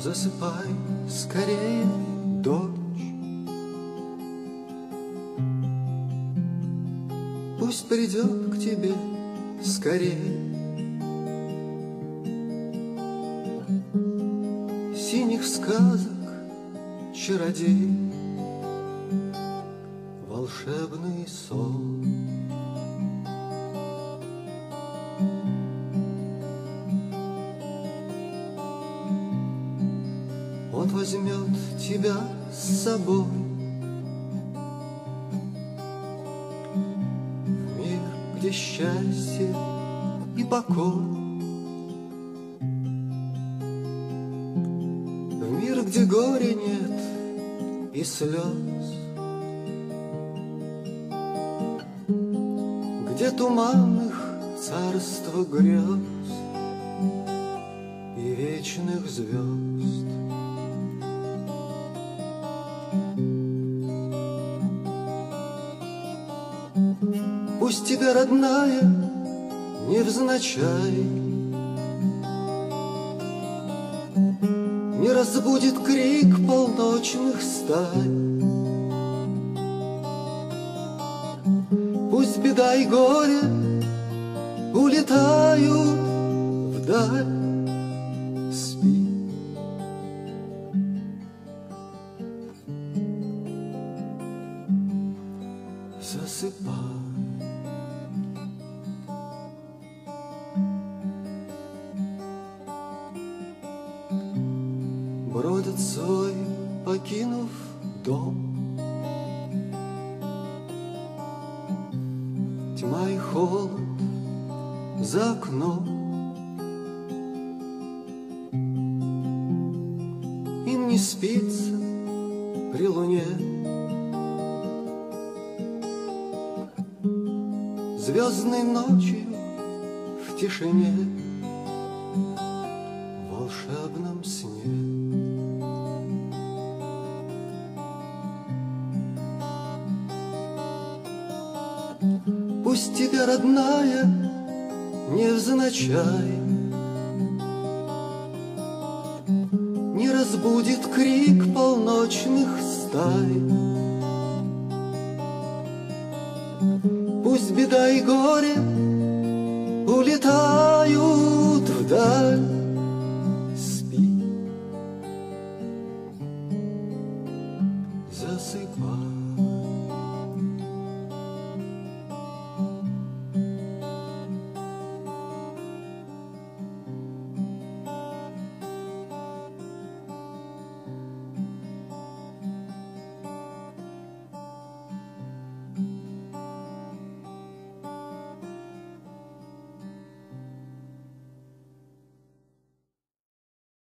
Засыпай скорее, дочь, пусть придет к тебе скорее синих сказок чародей, волшебный сон. Он возьмет тебя с собой в мир, где счастье и покой, в мир, где горя нет и слез, где туманных царство грез и вечных звезд. Пусть тебя, родная, невзначай не разбудит крик полночных стай. Пусть беда и горе улетают вдаль. Спи, засыпай. Бродят свой, покинув дом, тьма и холод за окном. Им не спится при луне, звездной ночью в тишине, в волшебном сне. Пусть тебя, родная, невзначай не разбудит крик полночных стай. Пусть беда и горе улетают вдаль.